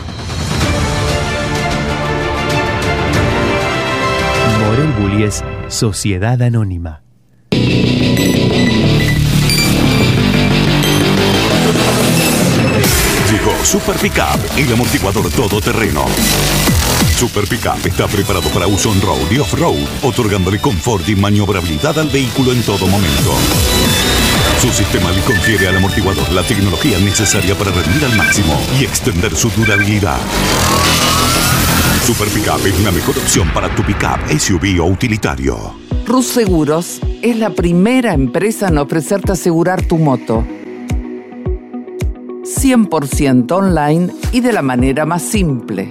Morel Bullies Sociedad Anónima. Llegó Super Pickup, el amortiguador todoterreno. Super Pickup está preparado para uso on-road y off-road, otorgándole confort y maniobrabilidad al vehículo en todo momento. Su sistema le confiere al amortiguador la tecnología necesaria para rendir al máximo y extender su durabilidad. Super Pickup es la mejor opción para tu pickup, SUV o utilitario. Rus Seguros es la primera empresa en ofrecerte asegurar tu moto. 100% online y de la manera más simple.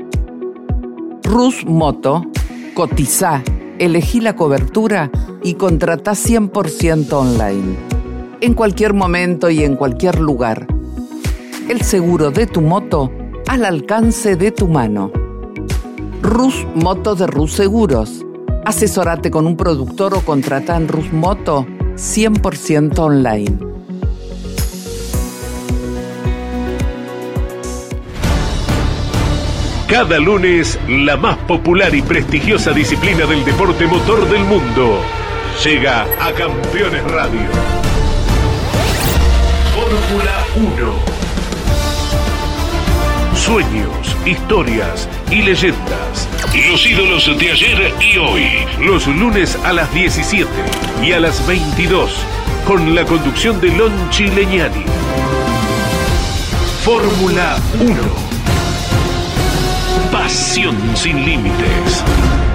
Rus Moto, cotizá, elegí la cobertura y contratá 100% online. En cualquier momento y en cualquier lugar. El seguro de tu moto al alcance de tu mano. Rus Moto de Rus Seguros. Asesórate con un productor o contratá en Rus Moto 100% online. Cada lunes, la más popular y prestigiosa disciplina del deporte motor del mundo llega a Campeones Radio. Fórmula 1. Sueños, historias y leyendas. Los ídolos de ayer y hoy. Los lunes a las 17 y a las 22. Con la conducción de Lonchi Leñani. Fórmula 1. Pasión sin límites.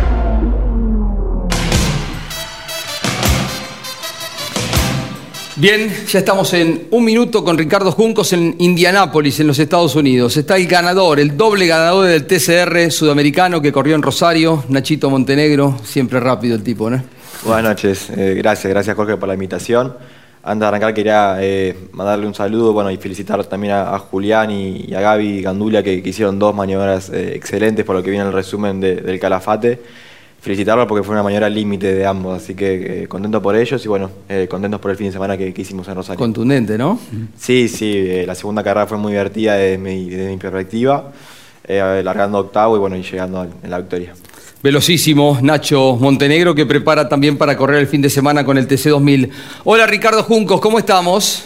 Bien, ya estamos en un minuto con Ricardo Juncos en Indianápolis, en los Estados Unidos. Está el ganador, el doble ganador del TCR sudamericano que corrió en Rosario, Nachito Montenegro. Siempre rápido el tipo, ¿no? Buenas noches, gracias Jorge por la invitación. Antes de arrancar quería mandarle un saludo y felicitar también a Julián y a Gaby Gandulia que hicieron 2 maniobras excelentes por lo que viene el resumen del Calafate. felicitarlos porque fue una maniobra límite de ambos, así que contento por ellos y bueno, contentos por el fin de semana que hicimos en Rosario. Contundente, ¿no? Sí, la segunda carrera fue muy divertida desde mi perspectiva, largando octavo y bueno, y llegando en la victoria. Velocísimo Nacho Montenegro, que prepara también para correr el fin de semana con el TC2000. Hola Ricardo Juncos, ¿cómo estamos?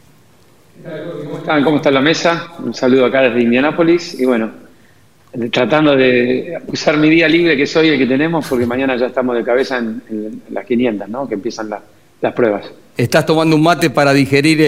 ¿Cómo están? ¿Cómo está la mesa? Un saludo acá desde Indianápolis y bueno, tratando de usar mi día libre, que es hoy el que tenemos, porque mañana ya estamos de cabeza en las 500, ¿no? Que empiezan las pruebas. Estás tomando un mate para digerir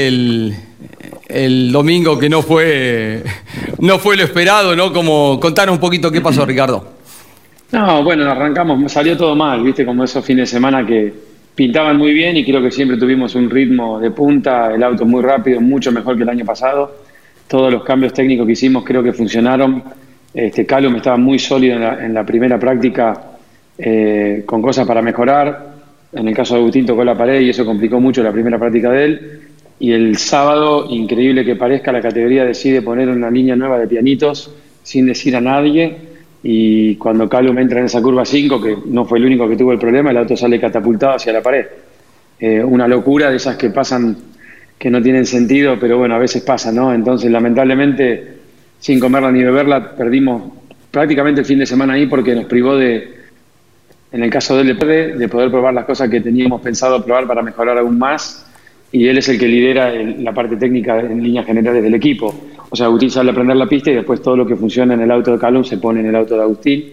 el domingo que no fue lo esperado, ¿no? Contanos un poquito qué pasó, Ricardo. No, bueno, arrancamos, salió todo mal, ¿viste? Como esos fines de semana que pintaban muy bien y creo que siempre tuvimos un ritmo de punta, el auto muy rápido, mucho mejor que el año pasado. Todos los cambios técnicos que hicimos creo que funcionaron. Callum estaba muy sólido en la primera práctica, con cosas para mejorar. En el caso de Agustín tocó la pared y eso complicó mucho la primera práctica de él. Y el sábado, increíble que parezca, la categoría decide poner una línea nueva de pianitos sin decir a nadie. Y cuando Callum entra en esa curva 5, que no fue el único que tuvo el problema, el auto sale catapultado hacia la pared. Una locura de esas que pasan, que no tienen sentido, pero bueno, a veces pasa, ¿no? Entonces, lamentablemente, sin comerla ni beberla, perdimos prácticamente el fin de semana ahí porque nos privó en el caso de él, de poder probar las cosas que teníamos pensado probar para mejorar aún más. Y él es el que lidera la parte técnica en líneas generales del equipo. O sea, Agustín sale a aprender la pista y después todo lo que funciona en el auto de Callum se pone en el auto de Agustín.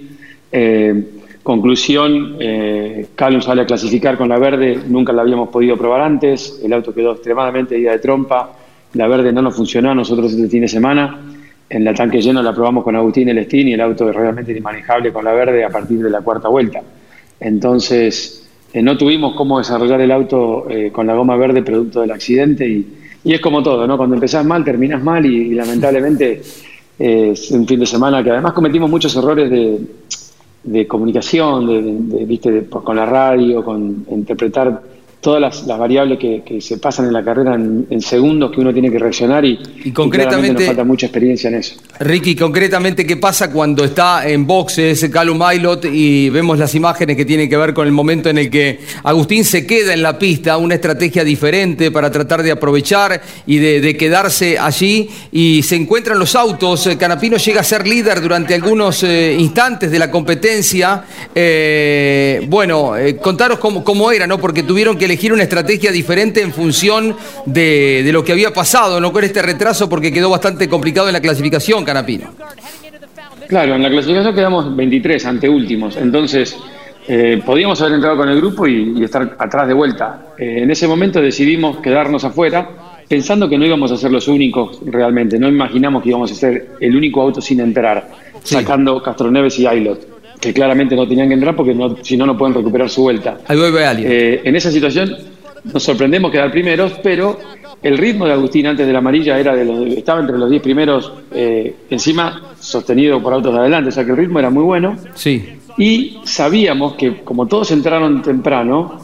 Conclusión, Callum sale a clasificar con la verde, nunca la habíamos podido probar antes, el auto quedó extremadamente ida de trompa, la verde no nos funcionó a nosotros este fin de semana, en la tanque lleno la probamos con Agustín Elestín y el auto es realmente inmanejable con la verde a partir de la cuarta vuelta. Entonces, no tuvimos cómo desarrollar el auto con la goma verde producto del accidente y es como todo, ¿no? Cuando empezás mal, terminás mal y lamentablemente es un fin de semana que además cometimos muchos errores de comunicación, con la radio, con interpretar todas las variables que se pasan en la carrera en segundos que uno tiene que reaccionar y concretamente nos falta mucha experiencia en eso. Ricky, concretamente, ¿qué pasa cuando está en boxes Callum Ilott y vemos las imágenes que tienen que ver con el momento en el que Agustín se queda en la pista, una estrategia diferente para tratar de aprovechar y de quedarse allí y se encuentran los autos? Canapino llega a ser líder durante algunos instantes de la competencia. Contaros cómo era, ¿no? Porque tuvieron que elegir una estrategia diferente en función de lo que había pasado, ¿no? Con este retraso, porque quedó bastante complicado en la clasificación, Canapino. Claro, en la clasificación quedamos 23, anteúltimos, entonces podíamos haber entrado con el grupo y estar atrás de vuelta. En ese momento decidimos quedarnos afuera, pensando que no íbamos a ser los únicos realmente, no imaginamos que íbamos a ser el único auto sin entrar, sacando Castroneves y Ilott, que claramente no tenían que entrar porque si no pueden recuperar su vuelta. En esa situación nos sorprendemos quedar primeros, pero el ritmo de Agustín antes de la amarilla estaba entre los 10 primeros, encima sostenido por autos de adelante, o sea que el ritmo era muy bueno. Sí. Y sabíamos que como todos entraron temprano,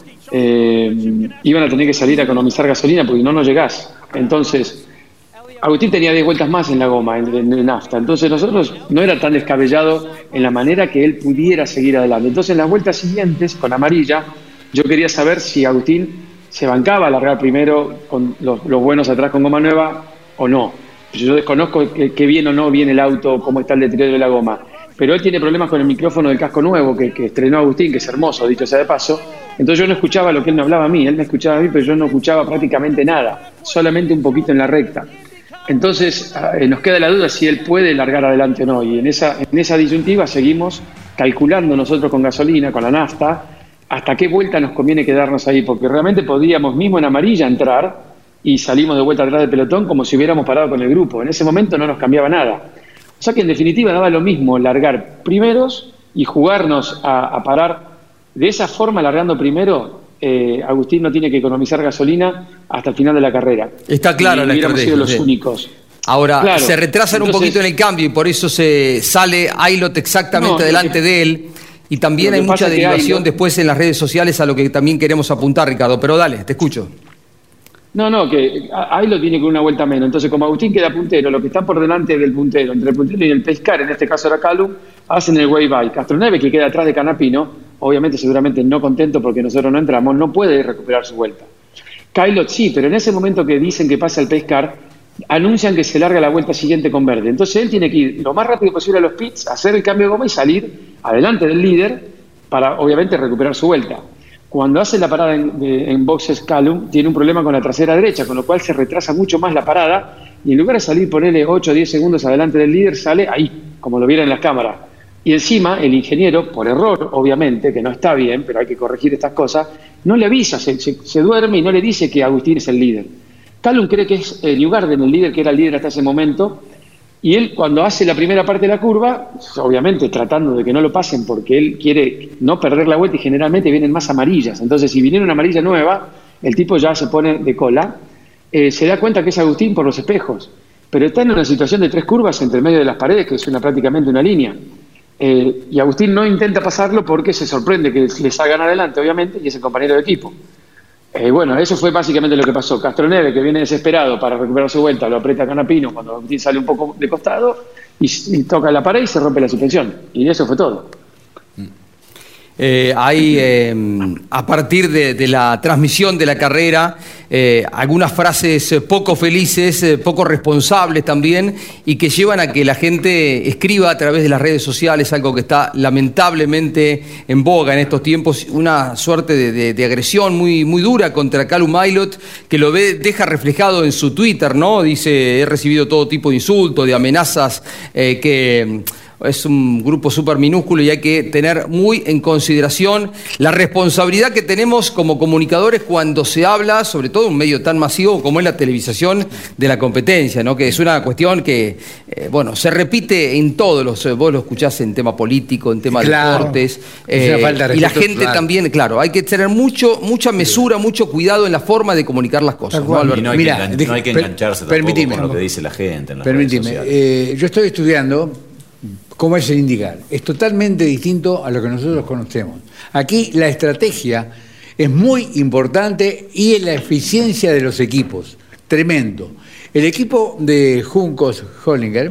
iban a tener que salir a economizar gasolina porque no llegás. Entonces, Agustín tenía 10 vueltas más en la goma, en nafta. Entonces nosotros no era tan descabellado en la manera que él pudiera seguir adelante. Entonces en las vueltas siguientes, con amarilla, yo quería saber si Agustín se bancaba a largar primero con los buenos atrás con goma nueva o no. Yo desconozco qué bien o no viene el auto, cómo está el deterioro de la goma. Pero él tiene problemas con el micrófono del casco nuevo que estrenó Agustín, que es hermoso, dicho sea de paso. Entonces yo no escuchaba lo que él me hablaba a mí. Él me escuchaba a mí, pero yo no escuchaba prácticamente nada. Solamente un poquito en la recta. Entonces nos queda la duda si él puede largar adelante o no, y en esa disyuntiva seguimos calculando nosotros con gasolina, con la nafta, hasta qué vuelta nos conviene quedarnos ahí, porque realmente podíamos mismo en amarilla entrar y salimos de vuelta atrás del pelotón como si hubiéramos parado con el grupo. En ese momento no nos cambiaba nada. O sea que en definitiva daba lo mismo largar primeros y jugarnos a parar de esa forma, largando primero. Agustín no tiene que economizar gasolina hasta el final de la carrera. Está claro la estrategia. Sido los únicos. Ahora, claro, se retrasan un poquito en el cambio y por eso se sale Ilott exactamente delante de él. Y también hay mucha derivación después en las redes sociales a lo que también queremos apuntar, Ricardo. Pero dale, te escucho. Que Ilott viene con una vuelta menos. Entonces, como Agustín queda puntero, lo que está por delante del puntero, entre el puntero y el pescar, en este caso era Callum, hacen el way by. Castroneves, que queda atrás de Canapino, obviamente seguramente no contento porque nosotros no entramos, no puede recuperar su vuelta. Kylot sí, pero en ese momento que dicen que pasa el pace car, anuncian que se larga la vuelta siguiente con verde. Entonces él tiene que ir lo más rápido posible a los pits, hacer el cambio de goma y salir adelante del líder para obviamente recuperar su vuelta. Cuando hace la parada en boxes, Callum tiene un problema con la trasera derecha, con lo cual se retrasa mucho más la parada y en lugar de salir, ponerle 8 o 10 segundos adelante del líder, sale ahí, como lo vieron en las cámaras. Y encima el ingeniero, por error obviamente, que no está bien, pero hay que corregir estas cosas, no le avisa, se duerme y no le dice que Agustín es el líder. Callum cree que es Newgarden el líder, que era el líder hasta ese momento, y él cuando hace la primera parte de la curva, obviamente tratando de que no lo pasen porque él quiere no perder la vuelta y generalmente vienen más amarillas, entonces si viniera una amarilla nueva, el tipo ya se pone de cola, se da cuenta que es Agustín por los espejos, pero está en una situación de 3 curvas entre medio de las paredes, que es prácticamente una línea. Y Agustín no intenta pasarlo porque se sorprende que le salgan adelante, obviamente, y es el compañero de equipo. Bueno, eso fue básicamente lo que pasó. Castroneve, que viene desesperado para recuperar su vuelta, lo aprieta a Canapino cuando Agustín sale un poco de costado y toca la pared y se rompe la suspensión. Y eso fue todo. A partir de la transmisión de la carrera, algunas frases poco felices, poco responsables también, y que llevan a que la gente escriba a través de las redes sociales, algo que está lamentablemente en boga en estos tiempos, una suerte de agresión muy, muy dura contra Callum Ilott, que lo deja reflejado en su Twitter, ¿no? Dice, he recibido todo tipo de insultos, de amenazas, que es un grupo súper minúsculo y hay que tener muy en consideración la responsabilidad que tenemos como comunicadores cuando se habla, sobre todo en un medio tan masivo como es la televisación, de la competencia, ¿no? Que es una cuestión que, se repite en todos vos lo escuchás en tema político, en tema de deportes, y la gente también, claro, hay que tener mucha mesura, mucho cuidado en la forma de comunicar las cosas, ¿no, Alberto? Y no hay que engancharse tampoco con lo que dice la gente en las redes sociales. Yo estoy estudiando cómo es el IndyCar. Es totalmente distinto a lo que nosotros conocemos. Aquí la estrategia es muy importante y la eficiencia de los equipos. Tremendo. El equipo de Juncos Hollinger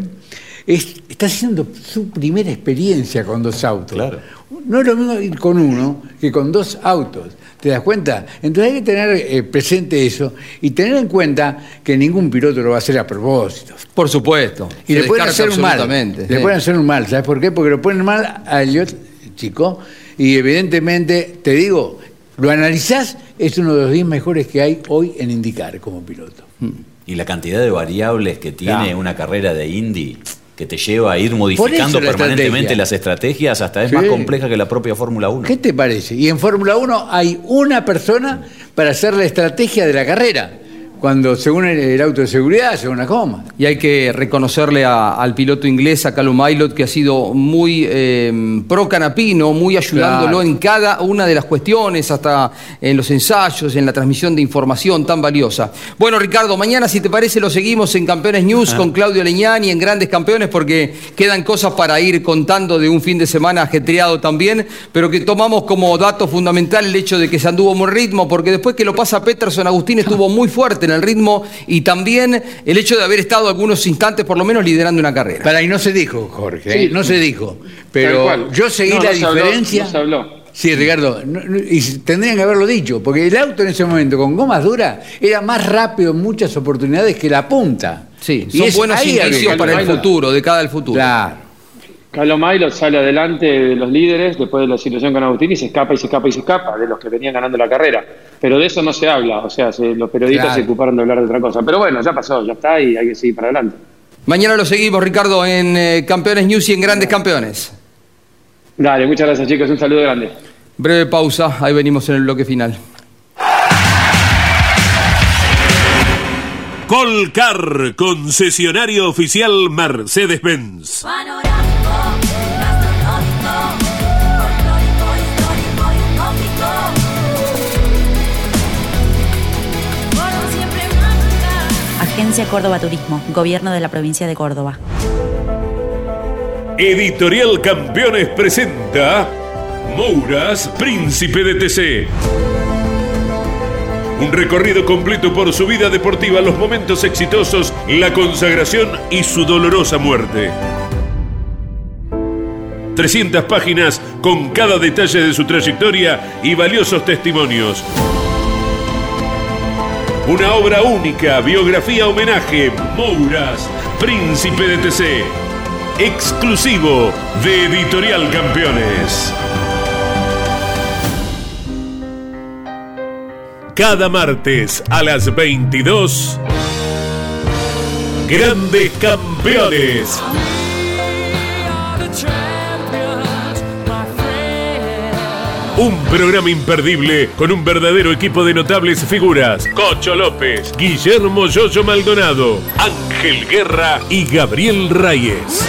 está haciendo su primera experiencia con 2 autos. Claro. No es lo mismo ir con uno que con 2 autos. ¿Te das cuenta? Entonces hay que tener presente eso y tener en cuenta que ningún piloto lo va a hacer a propósito. Por supuesto. Y le pueden hacer un mal. Le pueden hacer un mal. ¿Sabes por qué? Porque lo ponen mal a Elliott, chico, y evidentemente, te digo, lo analizás, es uno de los 10 mejores que hay hoy en IndyCar como piloto. Y la cantidad de variables que tiene una carrera de Indy, que te lleva a ir modificando permanentemente las estrategias, hasta es más compleja que la propia Fórmula 1. ¿Qué te parece? Y en Fórmula 1 hay una persona para hacer la estrategia de la carrera, cuando según el auto de seguridad, según la coma. Y hay que reconocerle al piloto inglés, a Callum Ilott, que ha sido muy pro Canapino, muy ayudándolo en cada una de las cuestiones, hasta en los ensayos, en la transmisión de información tan valiosa. Bueno, Ricardo, mañana, si te parece, lo seguimos en Campeones News con Claudio Leñani en Grandes Campeones, porque quedan cosas para ir contando de un fin de semana ajetreado también, pero que tomamos como dato fundamental el hecho de que se anduvo muy ritmo, porque después que lo pasa Peterson, Agustín estuvo muy fuerte en el ritmo, y también el hecho de haber estado algunos instantes por lo menos liderando una carrera. Y no se dijo, Jorge, no se dijo, pero yo seguí la diferencia. No se habló. Sí, Ricardo, y tendrían que haberlo dicho, porque el auto en ese momento con gomas duras era más rápido en muchas oportunidades que la punta. Sí, son buenos indicios para el futuro, de cara al futuro. Claro. Callum Ilott sale adelante de los líderes después de la situación con Agustín y se escapa de los que venían ganando la carrera. Pero de eso no se habla, o sea, los periodistas se ocuparon de hablar de otra cosa. Pero bueno, ya pasó, ya está y hay que seguir para adelante. Mañana lo seguimos, Ricardo, en Campeones News y en Grandes Campeones. Dale, muchas gracias, chicos, un saludo grande. Breve pausa, ahí venimos en el bloque final. Colcar, concesionario oficial Mercedes-Benz. Agencia Córdoba Turismo, Gobierno de la Provincia de Córdoba. Editorial Campeones presenta Mouras, Príncipe de TC. Un recorrido completo por su vida deportiva, los momentos exitosos, la consagración y su dolorosa muerte. 300 páginas con cada detalle de su trayectoria y valiosos testimonios. Una obra única, biografía homenaje, Mouras, Príncipe de TC. Exclusivo de Editorial Campeones. Cada martes a las 22, Grandes Campeones. Un programa imperdible con un verdadero equipo de notables figuras. Cocho López, Guillermo Yoyo Maldonado, Ángel Guerra y Gabriel Reyes.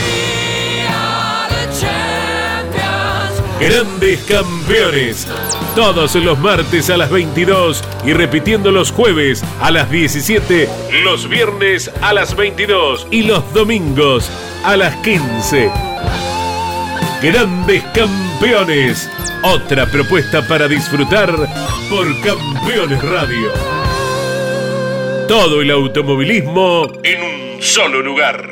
Grandes Campeones. Todos los martes a las 22 y repitiendo los jueves a las 17, los viernes a las 22 y los domingos a las 15. Grandes Campeones. Otra propuesta para disfrutar por Campeones Radio. Todo el automovilismo en un solo lugar.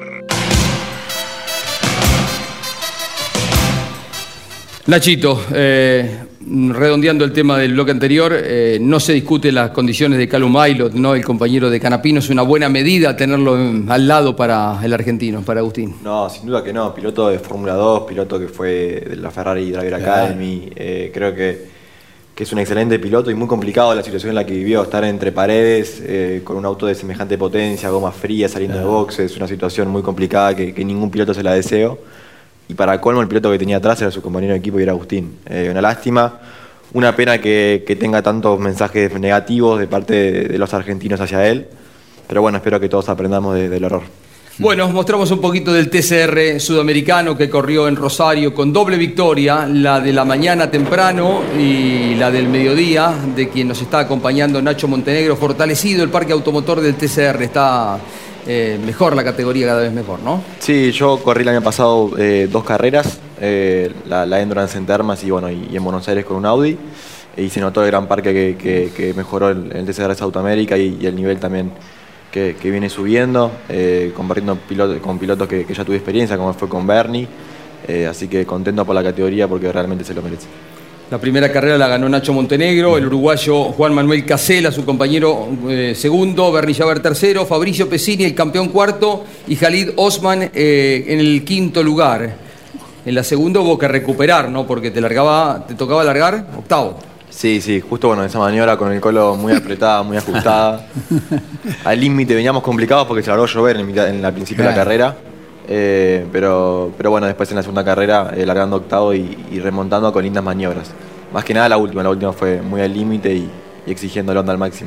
Nachito, redondeando el tema del bloque anterior, no se discuten las condiciones de Callum Ilott, ¿no? El compañero de Canapino, es una buena medida tenerlo al lado para el argentino, para Agustín. No, sin duda que no, piloto de Fórmula 2, piloto que fue de la Ferrari Driver Academy, creo que es un excelente piloto y muy complicado la situación en la que vivió, estar entre paredes, con un auto de semejante potencia, goma fría, saliendo de boxes, una situación muy complicada que ningún piloto se la deseo. Y para colmo, el piloto que tenía atrás era su compañero de equipo y era Agustín. Una lástima, una pena que tenga tantos mensajes negativos de parte de los argentinos hacia él. Pero bueno, espero que todos aprendamos del error. Bueno, mostramos un poquito del TCR sudamericano que corrió en Rosario con doble victoria, la de la mañana temprano y la del mediodía, de quien nos está acompañando Nacho Montenegro. Fortalecido el parque automotor del TCR, está mejor la categoría, cada vez mejor, ¿no? Sí, yo corrí el año pasado 2 carreras, la Endurance en Termas y en Buenos Aires con un Audi, y se notó el gran parque que mejoró el TCR Sudamérica y el nivel también que viene subiendo, compartiendo con pilotos que ya tuve experiencia, como fue con Bernie, así que contento por la categoría porque realmente se lo merece. La primera carrera la ganó Nacho Montenegro, el uruguayo Juan Manuel Casela, su compañero segundo, Bernie Javer tercero, Fabricio Pesini, el campeón cuarto, y Khalid Osman en el quinto lugar. En la segunda hubo que recuperar, ¿no? Porque te tocaba largar octavo. Sí, justo esa maniobra con el colo muy apretada, muy ajustada. Al límite veníamos complicados porque se largó a llover en la principio de la carrera. Pero bueno, después en la segunda carrera largando octavo y remontando con lindas maniobras. Más que nada la última fue muy al límite y exigiendo la onda al máximo.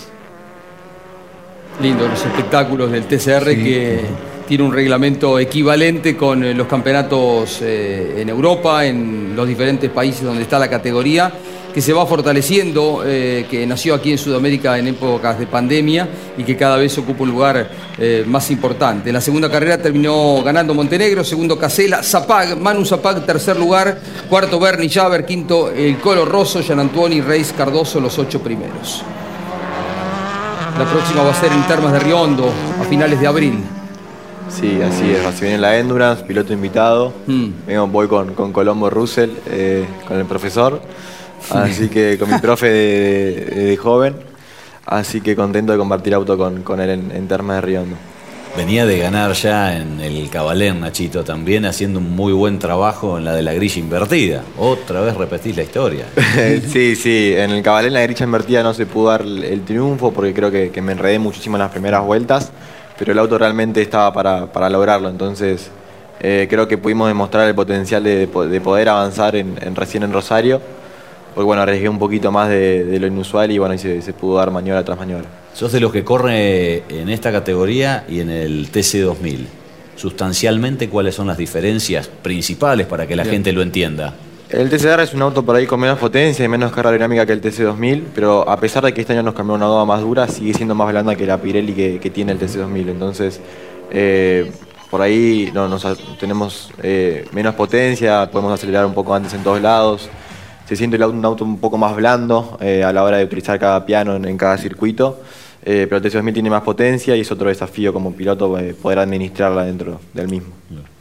Lindo los espectáculos del TCR, sí, que tiene un reglamento equivalente con los campeonatos en Europa, en los diferentes países donde está la categoría, que se va fortaleciendo, que nació aquí en Sudamérica en épocas de pandemia y que cada vez ocupa un lugar más importante. En la segunda carrera terminó ganando Montenegro, segundo Casela, Manu Zapag, tercer lugar, cuarto Bernie Javer, quinto el Colo Rosso, Gian Antuoni, Reis Cardoso, los 8 primeros. La próxima va a ser en Termas de Riondo, a finales de abril. Sí, así es, así viene la Endurance, piloto invitado. Voy con Colombo Russell, con el profesor. Así que con mi profe de joven, así que contento de compartir auto con él en Termas de Riondo. Venía de ganar ya en el Cabalén, Nachito, también haciendo un muy buen trabajo en la de la grilla invertida. Otra vez repetís la historia. Sí, en el Cabalén la grilla invertida no se pudo dar el triunfo porque creo que me enredé muchísimo en las primeras vueltas, pero el auto realmente estaba para lograrlo, entonces creo que pudimos demostrar el potencial de poder avanzar recién en Rosario. Porque arriesgué un poquito más de lo inusual y se pudo dar maniobra tras maniobra. Sos de los que corre en esta categoría y en el TC2000. Sustancialmente, ¿cuáles son las diferencias principales para que la gente lo entienda? El TCR es un auto por ahí con menos potencia y menos carga aerodinámica que el TC2000, pero a pesar de que este año nos cambió una goma más dura, sigue siendo más blanda que la Pirelli que tiene el TC2000. Entonces, por ahí tenemos menos potencia, podemos acelerar un poco antes en todos lados. Se siente un auto un poco más blando a la hora de utilizar cada piano en cada circuito, pero el TC2000 tiene más potencia y es otro desafío como piloto poder administrarla dentro del mismo.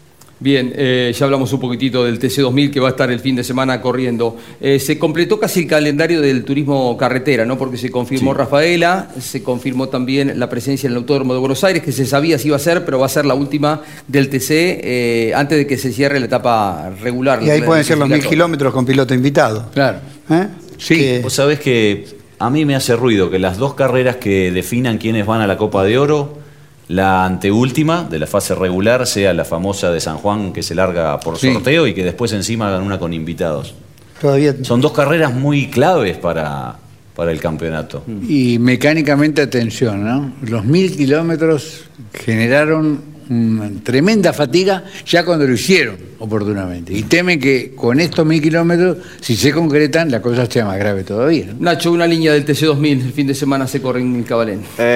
Bien, ya hablamos un poquitito del TC2000 que va a estar el fin de semana corriendo. Se completó casi el calendario del turismo carretera, ¿no? Porque se confirmó Rafaela, se confirmó también la presencia en el Autódromo de Buenos Aires, que se sabía si iba a ser, pero va a ser la última del TC antes de que se cierre la etapa regular. Y ahí pueden ser los 1000 kilómetros con piloto invitado. Claro. Sí. Vos sabés que a mí me hace ruido que las dos carreras que definan quiénes van a la Copa de Oro, la anteúltima de la fase regular sea la famosa de San Juan que se larga por sorteo y que después encima hagan una con invitados. Todavía son dos carreras muy claves para el campeonato. Y mecánicamente, atención, ¿no? Los 1000 kilómetros generaron una tremenda fatiga ya cuando lo hicieron oportunamente. Y temen que con estos 1000 kilómetros, si se concretan, la cosa sea más grave todavía, ¿no? Nacho, una línea del TC2000, el fin de semana se corre en el Cabalén.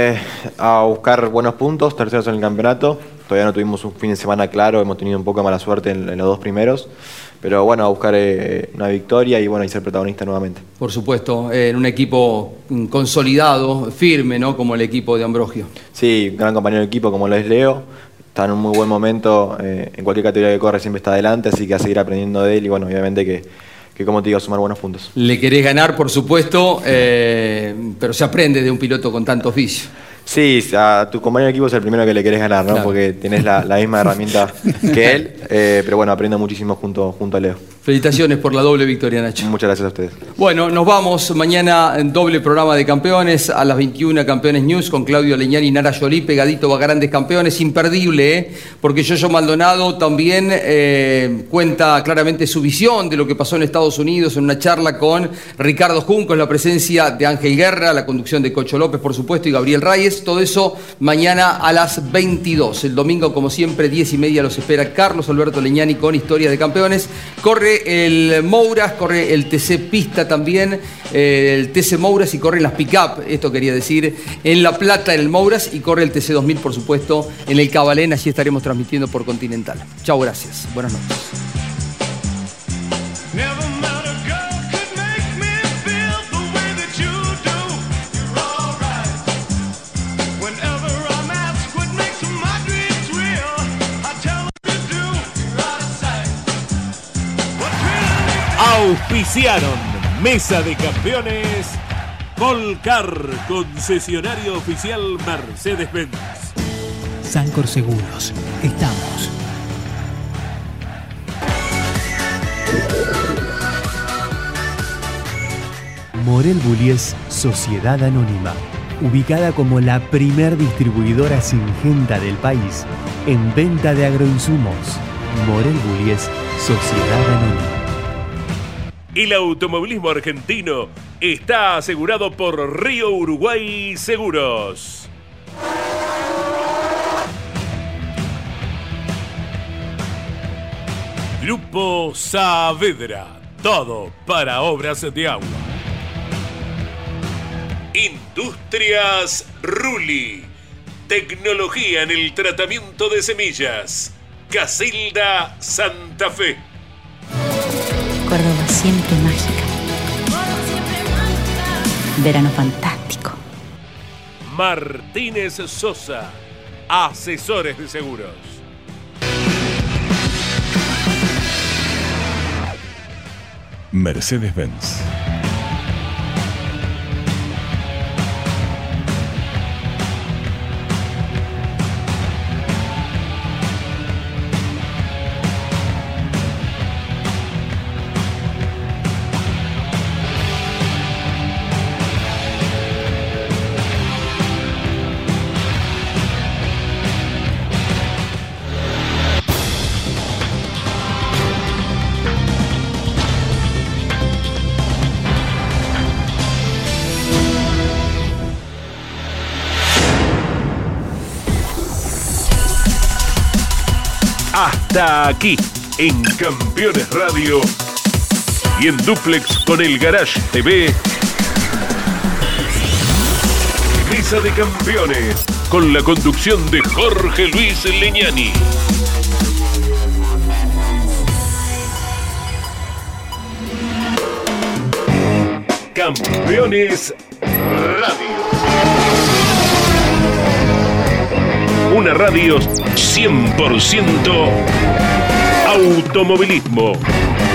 A buscar buenos puntos, terceros en el campeonato. Todavía no tuvimos un fin de semana claro, hemos tenido un poco de mala suerte en los dos primeros. Pero bueno, a buscar una victoria y bueno, y ser protagonista nuevamente. Por supuesto, en un equipo consolidado, firme, ¿no? Como el equipo de Ambrogio. Sí, gran compañero de equipo como lo es Leo. Está en un muy buen momento, en cualquier categoría que corre siempre está adelante, así que a seguir aprendiendo de él y bueno, obviamente que como te digo, sumar buenos puntos. Le querés ganar, por supuesto, pero se aprende de un piloto con tanto oficio. Sí, a tu compañero de equipo es el primero que le querés ganar, ¿no? Claro. Porque tenés la misma herramienta que él, pero bueno, aprende muchísimo junto a Leo. Felicitaciones por la doble victoria, Nacho. Muchas gracias a ustedes. Bueno, nos vamos mañana en doble programa de campeones a las 21 Campeones News con Claudio Leñani y Nara Jolie, pegadito a grandes campeones, imperdible, porque Yoyo Maldonado también cuenta claramente su visión de lo que pasó en Estados Unidos en una charla con Ricardo Juncos, la presencia de Ángel Guerra, la conducción de Cocho López, por supuesto, y Gabriel Reyes. Todo eso mañana a las 22. El domingo, como siempre, 10:30 los espera Carlos Alberto Leñani con Historia de Campeones. Corre el Mouras, corre el TC Pista también, el TC Mouras y corren las pick-up, esto quería decir, en La Plata en el Mouras y corre el TC2000, por supuesto, en el Cabalén. Allí estaremos transmitiendo por Continental. Chao, gracias. Buenas noches. Auspiciaron Mesa de Campeones, Colcar, concesionario oficial Mercedes-Benz. Sancor Seguros, estamos. Morel Bullies Sociedad Anónima, ubicada como la primer distribuidora singenta del país en venta de agroinsumos. Morel Bullies Sociedad Anónima. El automovilismo argentino está asegurado por Río Uruguay Seguros. Grupo Saavedra, todo para obras de agua. Industrias Ruli, tecnología en el tratamiento de semillas. Casilda Santa Fe. Córdoba siempre mágica. Verano fantástico. Martínez Sosa, asesores de seguros. Mercedes-Benz. Hasta aquí, en Campeones Radio y en Duplex con el Garage TV. Mesa de Campeones, con la conducción de Jorge Luis Leñani. Campeones Radio. Una radio 100% automovilismo.